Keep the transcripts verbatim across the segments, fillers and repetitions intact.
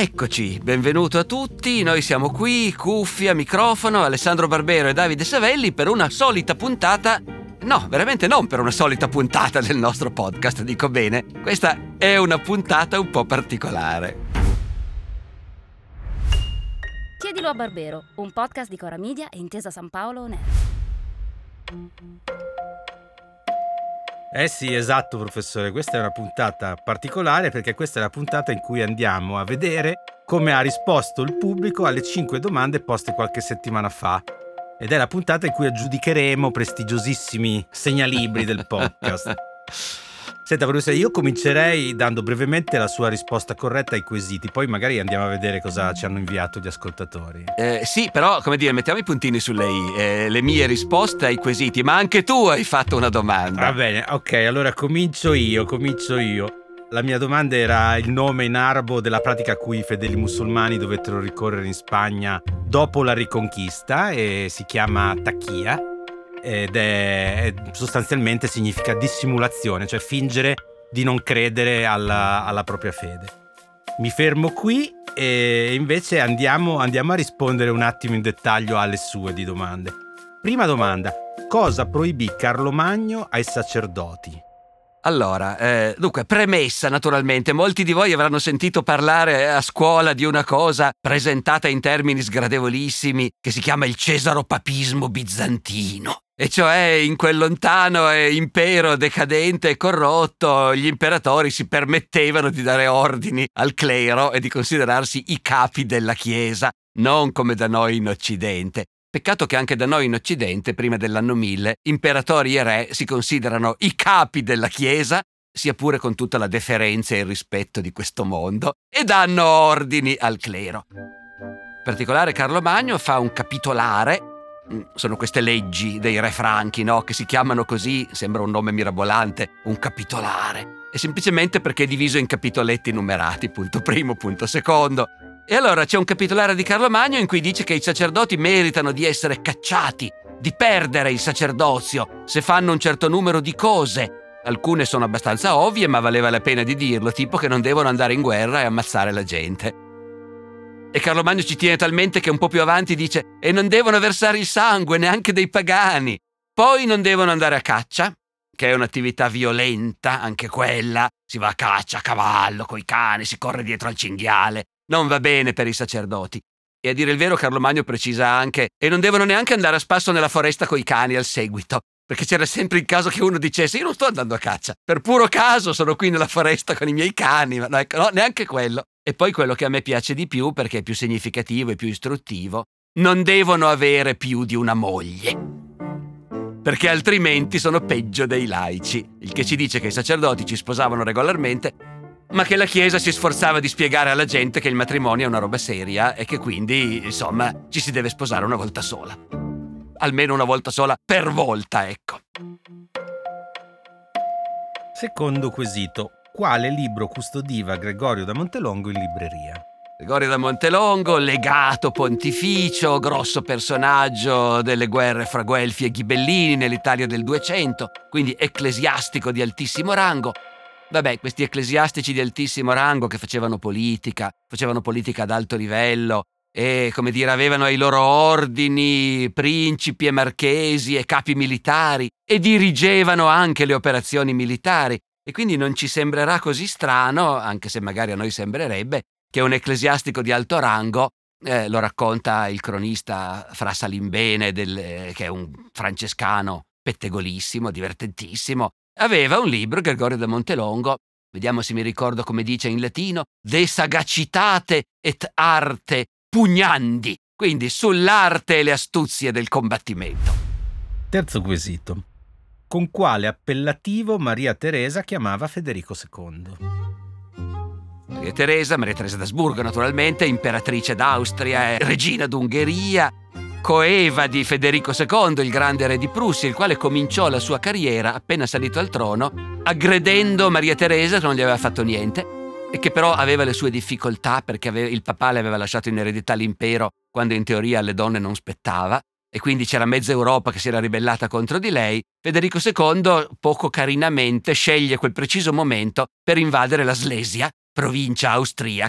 Eccoci, benvenuto a tutti, noi siamo qui, cuffia, microfono, Alessandro Barbero e Davide Savelli per una solita puntata, no, veramente non per una solita puntata del nostro podcast, dico bene, questa è una puntata un po' particolare. Chiedilo a Barbero, un podcast di Cora Media e Intesa San Paolo On Air. Eh sì, esatto professore, questa è una puntata particolare perché questa è la puntata in cui andiamo a vedere come ha risposto il pubblico alle cinque domande poste qualche settimana fa. Ed è la puntata in cui aggiudicheremo prestigiosissimi segnalibri del podcast. Senta professore, io comincerei dando brevemente la sua risposta corretta ai quesiti, poi magari andiamo a vedere cosa ci hanno inviato gli ascoltatori. Eh, sì, però, come dire, mettiamo i puntini su le i. Eh, le mie risposte ai quesiti, ma anche tu hai fatto una domanda. Va bene, ok, allora comincio io, comincio io. La mia domanda era il nome in arabo della pratica a cui i fedeli musulmani dovettero ricorrere in Spagna dopo la Riconquista e si chiama taqiyya. Ed è sostanzialmente significa dissimulazione, cioè fingere di non credere alla, alla propria fede. Mi fermo qui e invece andiamo, andiamo a rispondere un attimo in dettaglio alle sue di domande. Prima domanda: cosa proibì Carlo Magno ai sacerdoti? Allora, eh, dunque, premessa naturalmente, molti di voi avranno sentito parlare a scuola di una cosa presentata in termini sgradevolissimi che si chiama il cesaropapismo bizantino. E cioè in quel lontano impero decadente e corrotto gli imperatori si permettevano di dare ordini al clero e di considerarsi i capi della Chiesa, non come da noi in Occidente. Peccato che anche da noi in Occidente, prima dell'anno mille, imperatori e re si considerano i capi della Chiesa, sia pure con tutta la deferenza e il rispetto di questo mondo, e danno ordini al clero. In particolare Carlo Magno fa un capitolare, sono queste leggi dei re franchi, no? Che si chiamano così, sembra un nome mirabolante, un capitolare. È semplicemente perché è diviso in capitoletti numerati, punto primo, punto secondo. E allora c'è un capitolare di Carlo Magno in cui dice che i sacerdoti meritano di essere cacciati, di perdere il sacerdozio se fanno un certo numero di cose. Alcune sono abbastanza ovvie, ma valeva la pena di dirlo, tipo che non devono andare in guerra e ammazzare la gente. E Carlo Magno ci tiene talmente che un po' più avanti dice: e non devono versare il sangue neanche dei pagani. Poi non devono andare a caccia, che è un'attività violenta, anche quella. Si va a caccia a cavallo, coi cani, si corre dietro al cinghiale. Non va bene per i sacerdoti. E a dire il vero Carlo Magno precisa anche: e non devono neanche andare a spasso nella foresta coi cani al seguito, perché c'era sempre il caso che uno dicesse: io non sto andando a caccia, per puro caso sono qui nella foresta con i miei cani, ma no, ecco, no, neanche quello. E poi quello che a me piace di più, perché è più significativo e più istruttivo: non devono avere più di una moglie, perché altrimenti sono peggio dei laici, il che ci dice che i sacerdoti ci sposavano regolarmente, ma che la Chiesa si sforzava di spiegare alla gente che il matrimonio è una roba seria e che quindi, insomma, ci si deve sposare una volta sola. Almeno una volta sola per volta, ecco. Secondo quesito: quale libro custodiva Gregorio da Montelongo in libreria? Gregorio da Montelongo, legato pontificio, grosso personaggio delle guerre fra Guelfi e Ghibellini nell'Italia del duecento, quindi ecclesiastico di altissimo rango. Vabbè, questi ecclesiastici di altissimo rango che facevano politica, facevano politica ad alto livello e, come dire, avevano ai loro ordini principi e marchesi e capi militari e dirigevano anche le operazioni militari. E quindi non ci sembrerà così strano, anche se magari a noi sembrerebbe, che un ecclesiastico di alto rango, eh, lo racconta il cronista Fra Salimbene, del, eh, che è un francescano pettegolissimo, divertentissimo, aveva un libro, Gregorio da Montelongo, vediamo se mi ricordo come dice in latino, De sagacitate et arte pugnandi, quindi sull'arte e le astuzie del combattimento. Terzo quesito: con quale appellativo Maria Teresa chiamava Federico secondo? Maria Teresa, Maria Teresa d'Asburgo naturalmente, imperatrice d'Austria, regina d'Ungheria, coeva di Federico secondo, il grande re di Prussia, il quale cominciò la sua carriera appena salito al trono, aggredendo Maria Teresa che non gli aveva fatto niente e che però aveva le sue difficoltà perché aveva, il papà le aveva lasciato in eredità l'impero quando in teoria alle donne non spettava e quindi c'era mezza Europa che si era ribellata contro di lei. Federico secondo, poco carinamente, sceglie quel preciso momento per invadere la Slesia, provincia austriaca,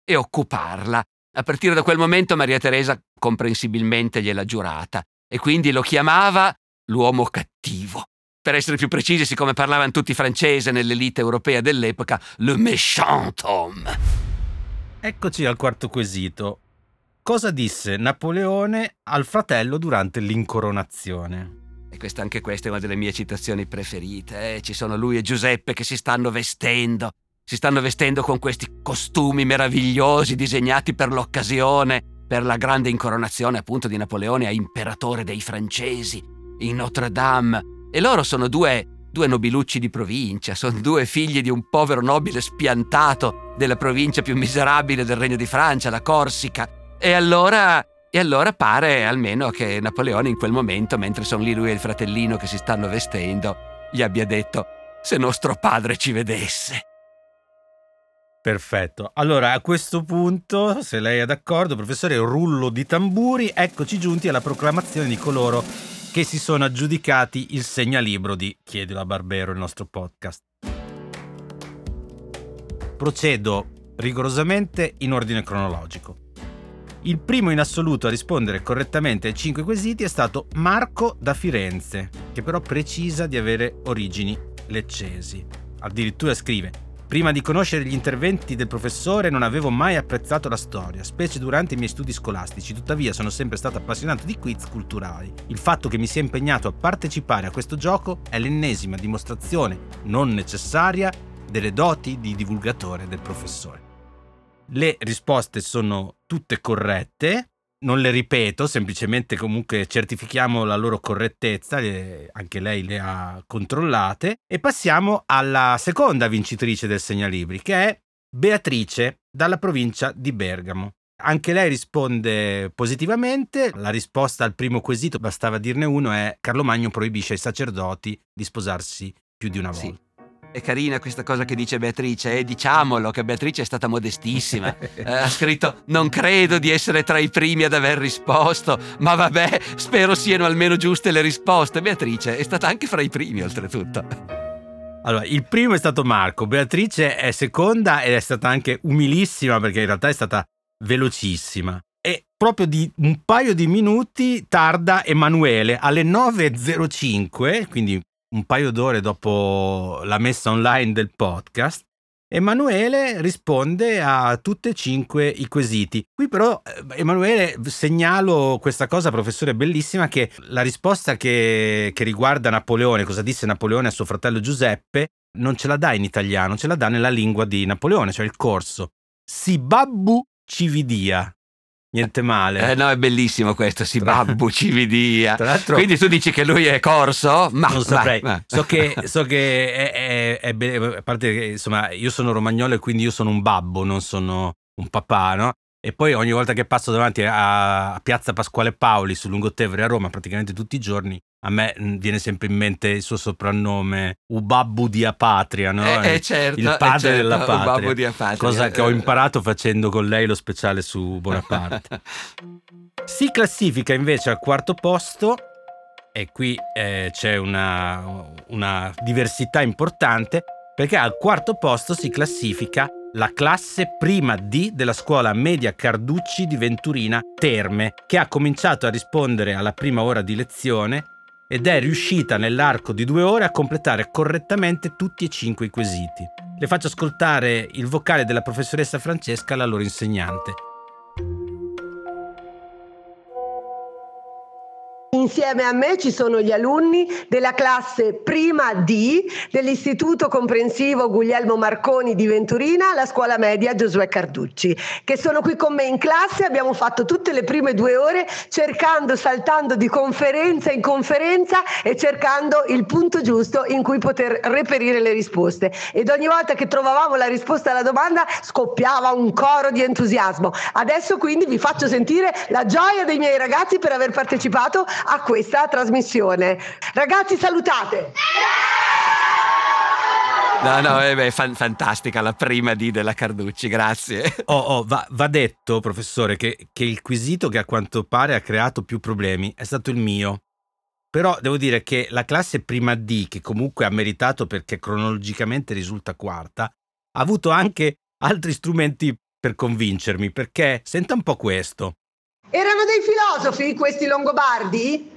e occuparla. A partire da quel momento Maria Teresa comprensibilmente gliel'ha giurata e quindi lo chiamava l'uomo cattivo. Per essere più precisi, siccome parlavano tutti francese nell'elite europea dell'epoca, le méchant homme. Eccoci al quarto quesito. Cosa disse Napoleone al fratello durante l'incoronazione? E questa, anche questa è una delle mie citazioni preferite. Eh? Ci sono lui e Giuseppe che si stanno vestendo. Si stanno vestendo con questi costumi meravigliosi disegnati per l'occasione, per la grande incoronazione appunto di Napoleone a imperatore dei francesi in Notre Dame. E loro sono due, due nobilucci di provincia, sono due figli di un povero nobile spiantato della provincia più miserabile del Regno di Francia, la Corsica. E allora, e allora pare almeno che Napoleone in quel momento, mentre sono lì lui e il fratellino che si stanno vestendo, gli abbia detto: se nostro padre ci vedesse. Perfetto. Allora, a questo punto, se lei è d'accordo, professore, rullo di tamburi, eccoci giunti alla proclamazione di coloro che si sono aggiudicati il segnalibro di Chiedilo a Barbero, il nostro podcast. Procedo rigorosamente in ordine cronologico. Il primo in assoluto a rispondere correttamente ai cinque quesiti è stato Marco da Firenze, che però precisa di avere origini leccesi. Addirittura scrive: prima di conoscere gli interventi del professore non avevo mai apprezzato la storia, specie durante i miei studi scolastici, tuttavia sono sempre stato appassionato di quiz culturali. Il fatto che mi sia impegnato a partecipare a questo gioco è l'ennesima dimostrazione non necessaria delle doti di divulgatore del professore. Le risposte sono tutte corrette, non le ripeto, semplicemente comunque certifichiamo la loro correttezza, le, anche lei le ha controllate, e passiamo alla seconda vincitrice del segnalibri, che è Beatrice dalla provincia di Bergamo. Anche lei risponde positivamente. La risposta al primo quesito, bastava dirne uno, è: Carlo Magno proibisce ai sacerdoti di sposarsi più di una volta. Sì. È carina questa cosa che dice Beatrice, e eh? Diciamolo che Beatrice è stata modestissima. Eh, ha scritto: non credo di essere tra i primi ad aver risposto, ma vabbè, spero siano almeno giuste le risposte. Beatrice è stata anche fra i primi, oltretutto. Allora, il primo è stato Marco, Beatrice è seconda ed è stata anche umilissima perché in realtà è stata velocissima. E proprio di un paio di minuti tarda Emanuele alle nove e zero cinque, quindi un paio d'ore dopo la messa online del podcast. Emanuele risponde a tutte e cinque i quesiti. Qui però, Emanuele, segnalo questa cosa, professore, bellissima, che la risposta che, che riguarda Napoleone, cosa disse Napoleone a suo fratello Giuseppe, non ce la dà in italiano, ce la dà nella lingua di Napoleone, cioè il corso. Si babbu cividia. Niente male. Eh, no, è bellissimo questo, si Tra... babbu cividia. Tra l'altro, quindi tu dici che lui è corso? Ma non saprei. Ma, ma. So che, so che è, è, è, è, a parte che insomma io sono romagnolo e quindi io sono un babbo, non sono un papà, no? E poi ogni volta che passo davanti a, a Piazza Pasquale Paoli sul Lungotevere a Roma, praticamente tutti i giorni, a me viene sempre in mente il suo soprannome Ubabbu di Apatria, no? Eh, eh, certo, il padre eh, certo, della patria, Ubabbu di Apatria. Cosa che ho imparato facendo con lei lo speciale su Bonaparte. Si classifica invece al quarto posto, e qui eh, c'è una, una diversità importante, perché al quarto posto si classifica la classe prima D della scuola media Carducci di Venturina Terme, che ha cominciato a rispondere alla prima ora di lezione ed è riuscita nell'arco di due ore a completare correttamente tutti e cinque i quesiti. Le faccio ascoltare il vocale della professoressa Francesca, la loro insegnante. Insieme a me ci sono gli alunni della classe prima D dell'Istituto Comprensivo Guglielmo Marconi di Venturina, la scuola media Giosuè Carducci, che sono qui con me in classe. Abbiamo fatto tutte le prime due ore cercando, saltando di conferenza in conferenza e cercando il punto giusto in cui poter reperire le risposte. Ed ogni volta che trovavamo la risposta alla domanda scoppiava un coro di entusiasmo. Adesso quindi vi faccio sentire la gioia dei miei ragazzi per aver partecipato a questa trasmissione. Ragazzi, salutate! No, no, è beh, fan- fantastica la prima D della Carducci, grazie. Oh, oh, va, va detto, professore, che, che il quesito che a quanto pare ha creato più problemi è stato il mio. Però devo dire che la classe prima D, che comunque ha meritato perché cronologicamente risulta quarta, ha avuto anche altri strumenti per convincermi, perché senta un po' questo. Erano dei filosofi questi longobardi?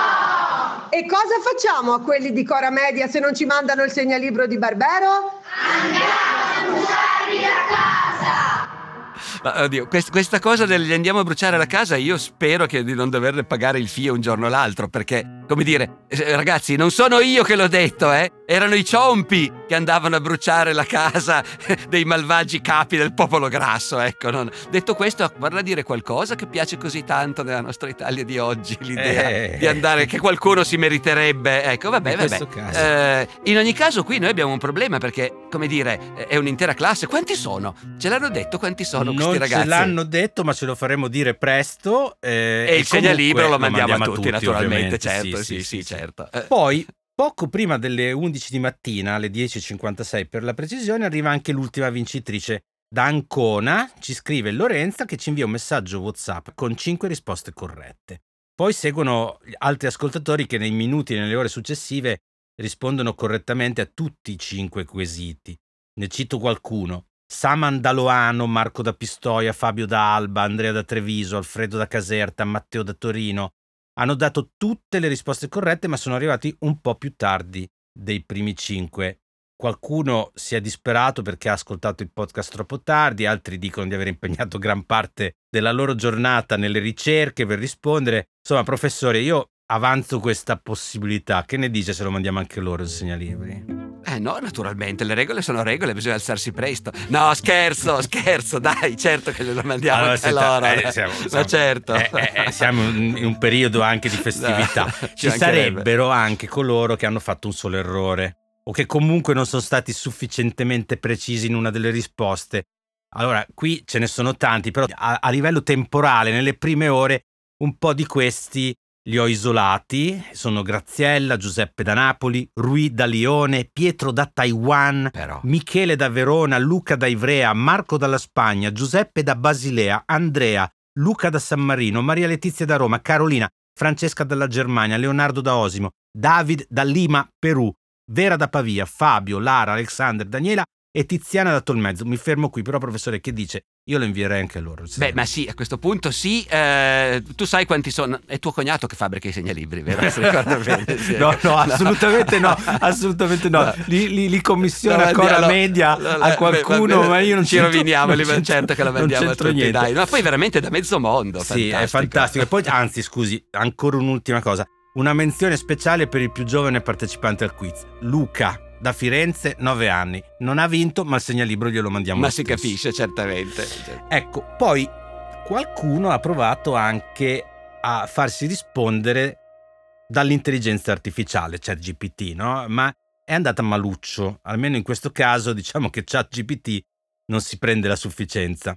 No! E cosa facciamo a quelli di Cora Media se non ci mandano il segnalibro di Barbero? Andiamo a bruciargli la casa! Ma, oddio, quest- questa cosa degli andiamo a bruciare la casa, io spero che di non dover pagare il fio un giorno o l'altro, perché, come dire, eh, ragazzi, non sono io che l'ho detto, eh? Erano i ciompi che andavano a bruciare la casa dei malvagi capi del popolo grasso, ecco. Non... Detto questo, vorrà a dire qualcosa che piace così tanto nella nostra Italia di oggi, l'idea eh, di andare, che qualcuno si meriterebbe, ecco, vabbè, in vabbè. questo caso. Eh, in ogni caso qui noi abbiamo un problema, perché, come dire, è un'intera classe. Quanti sono? Ce l'hanno detto quanti sono questi Non ragazzi? ce l'hanno detto, ma ce lo faremo dire presto. Eh, E il segnalibro lo mandiamo, mandiamo a tutti, naturalmente, ovviamente. certo, Sì, sì, sì, sì, sì, certo. Eh. Poi, poco prima delle undici di mattina, alle dieci e cinquantasei per la precisione, arriva anche l'ultima vincitrice. Da Ancona ci scrive Lorenza, che ci invia un messaggio WhatsApp con cinque risposte corrette. Poi seguono altri ascoltatori che nei minuti e nelle ore successive rispondono correttamente a tutti i cinque quesiti. Ne cito qualcuno: Saman da Loano, Marco da Pistoia, Fabio da Alba, Andrea da Treviso, Alfredo da Caserta, Matteo da Torino. Hanno dato tutte le risposte corrette, ma sono arrivati un po' più tardi dei primi cinque. Qualcuno si è disperato perché ha ascoltato il podcast troppo tardi, altri dicono di aver impegnato gran parte della loro giornata nelle ricerche per rispondere. Insomma, professore, io avanzo questa possibilità. Che ne dice se lo mandiamo anche loro il segnalibri? Eh no, naturalmente, le regole sono regole, bisogna alzarsi presto. No, scherzo, scherzo, dai, certo che glielo mandiamo Allora, anche senta, loro. eh, siamo- Ma siamo- certo. eh, eh, siamo in un periodo anche di festività. No, Ci mancherebbe. sarebbero anche coloro che hanno fatto un solo errore o che comunque non sono stati sufficientemente precisi in una delle risposte. Allora, qui ce ne sono tanti, però a, a livello temporale, nelle prime ore, un po' di questi li ho isolati. Sono Graziella, Giuseppe da Napoli, Rui da Lione, Pietro da Taiwan, Però. Michele da Verona, Luca da Ivrea, Marco dalla Spagna, Giuseppe da Basilea, Andrea, Luca da San Marino, Maria Letizia da Roma, Carolina, Francesca dalla Germania, Leonardo da Osimo, David da Lima, Perù, Vera da Pavia, Fabio, Lara, Alexander, Daniela e Tiziana da Tolmezzo. Mi fermo qui, però professore, che dice? Io lo invierei anche a loro. Beh, ma sì, a questo punto sì. Eh, tu sai quanti sono? È tuo cognato che fabbrica i segnalibri, vero? Se ricordo bene, sì. No, no, assolutamente no, assolutamente no. No. Li, li, li commissiona No, ancora no, media no, no, a qualcuno, va bene, ma io non ci c'entro- roviniamo, non li- c'entro- certo che la non mandiamo a c'entro tutti, niente. dai. Ma poi veramente da mezzo mondo. Sì, è fantastico. fantastico. E poi, anzi, scusi, ancora un'ultima cosa. Una menzione speciale per il più giovane partecipante al quiz, Luca, da Firenze, nove anni. Non ha vinto, ma il segnalibro glielo mandiamo Ma lo si stesso. capisce, certamente. Ecco, poi qualcuno ha provato anche a farsi rispondere dall'intelligenza artificiale, ChatGPT, no? Ma è andata maluccio. Almeno in questo caso, diciamo che ChatGPT non si prende la sufficienza.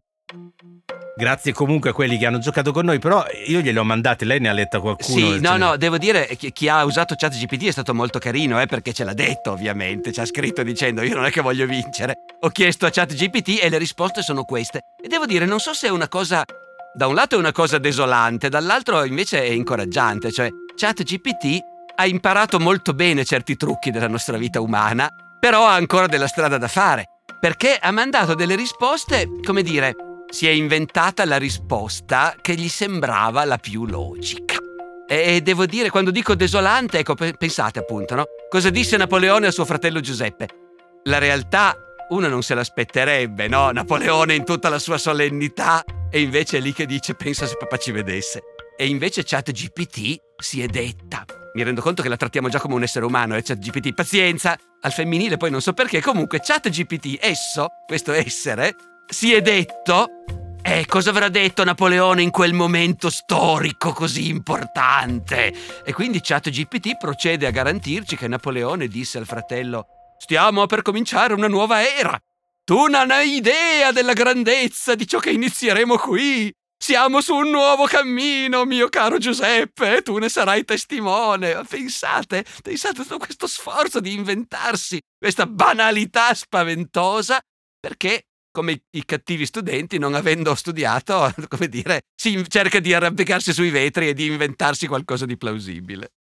Grazie comunque a quelli che hanno giocato con noi, però io gliele ho mandate, lei ne ha letta qualcuno? Sì, no, no, devo dire che chi ha usato ChatGPT è stato molto carino, eh, perché ce l'ha detto, ovviamente. Ci ha scritto dicendo: io non è che voglio vincere. Ho chiesto a ChatGPT e le risposte sono queste. E devo dire, non so se è una cosa, da un lato è una cosa desolante, dall'altro invece è incoraggiante. Cioè, ChatGPT ha imparato molto bene certi trucchi della nostra vita umana, però ha ancora della strada da fare, perché ha mandato delle risposte, come dire, si è inventata la risposta che gli sembrava la più logica. E devo dire, quando dico desolante, ecco, pensate appunto, no? Cosa disse Napoleone a suo fratello Giuseppe? La realtà uno non se l'aspetterebbe, no? Napoleone in tutta la sua solennità, e invece è lì che dice: pensa se papà ci vedesse. E invece ChatGPT si è detta. Mi rendo conto che la trattiamo già come un essere umano, eh, ChatGPT. Pazienza, al femminile poi non so perché. Comunque ChatGPT, esso, questo essere, si è detto: eh, cosa avrà detto Napoleone in quel momento storico così importante? E quindi ChatGPT procede a garantirci che Napoleone disse al fratello: stiamo per cominciare una nuova era. Tu non hai idea della grandezza di ciò che inizieremo qui. Siamo su un nuovo cammino, mio caro Giuseppe, e tu ne sarai testimone. Pensate, pensate a tutto questo sforzo di inventarsi questa banalità spaventosa, perché, come i, i cattivi studenti, non avendo studiato, come dire, si cerca di arrampicarsi sui vetri e di inventarsi qualcosa di plausibile.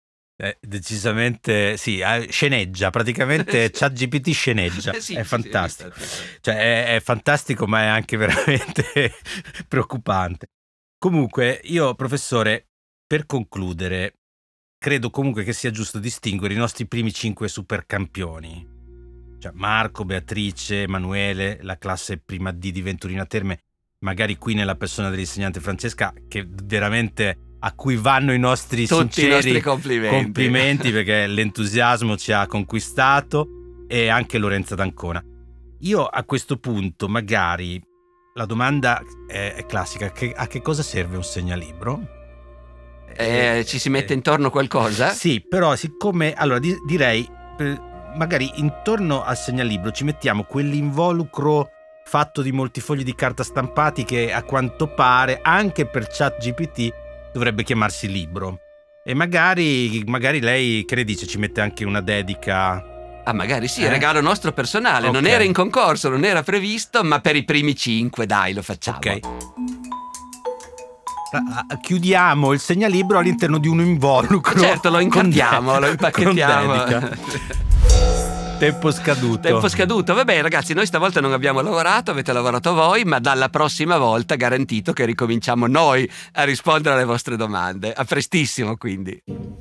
Eh, decisamente sì, eh, sceneggia, praticamente ChatGPT sceneggia, Eh sì, è sì, fantastico. sì, sì. Cioè è, è fantastico, ma è anche veramente preoccupante. Comunque, io, professore, per concludere, credo comunque che sia giusto distinguere i nostri primi cinque supercampioni. Cioè Marco, Beatrice, Emanuele, la classe prima D di Venturina Terme, magari qui nella persona dell'insegnante Francesca, che veramente a cui vanno i nostri Tutti sinceri i nostri complimenti. complimenti perché l'entusiasmo ci ha conquistato, e anche Lorenza D'Ancona. Io a questo punto magari la domanda è, è classica: che, a che cosa serve un segnalibro? Eh, ci si mette intorno qualcosa? Sì, però siccome allora di, direi eh, magari intorno al segnalibro ci mettiamo quell'involucro fatto di molti fogli di carta stampati che a quanto pare anche per ChatGPT dovrebbe chiamarsi libro, e magari magari lei, che ne dice, ci mette anche una dedica. Ah, magari sì, Eh? regalo nostro personale. Non Ok. era in concorso, non era previsto, ma per i primi cinque, dai, lo facciamo. Ok. Ah, ah, chiudiamo il segnalibro all'interno di un involucro. Certo, lo con incartiamo, de- lo impacchettiamo. con dedica. Tempo scaduto. Tempo scaduto. Vabbè, ragazzi, noi stavolta non abbiamo lavorato, avete lavorato voi, ma dalla prossima volta garantito che ricominciamo noi a rispondere alle vostre domande. A prestissimo, quindi.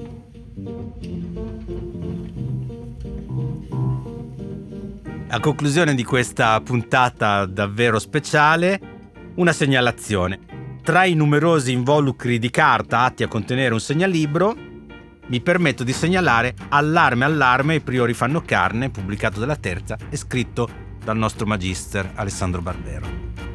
A conclusione di questa puntata davvero speciale, una segnalazione. Tra i numerosi involucri di carta atti a contenere un segnalibro, mi permetto di segnalare Allarme allarme, i priori fanno carne, pubblicato dalla Terza e scritto dal nostro magister Alessandro Barbero.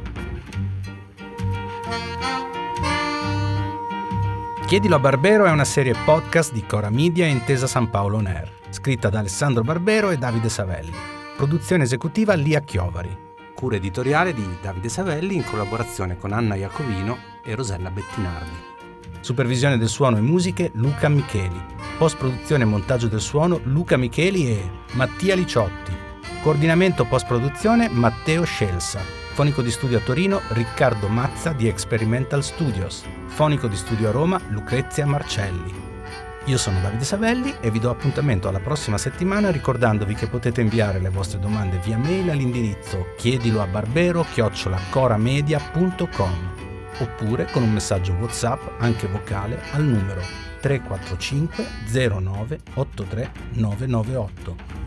Chiedilo a Barbero è una serie podcast di Cora Media e Intesa San Paolo On Air, scritta da Alessandro Barbero e Davide Savelli. Produzione esecutiva Lia Chiovari. Cura editoriale di Davide Savelli in collaborazione con Anna Iacovino e Rosella Bettinardi. Supervisione del suono e musiche Luca Micheli. Post-produzione e montaggio del suono Luca Micheli e Mattia Liciotti. Coordinamento post-produzione Matteo Scelsa. Fonico di studio a Torino Riccardo Mazza di Experimental Studios. Fonico di studio a Roma Lucrezia Marcelli. Io sono Davide Savelli e vi do appuntamento alla prossima settimana ricordandovi che potete inviare le vostre domande via mail all'indirizzo chiedilo a barbero chiocciola coramedia punto com oppure con un messaggio WhatsApp anche vocale al numero tre quattro cinque zero nove otto tre nove nove otto.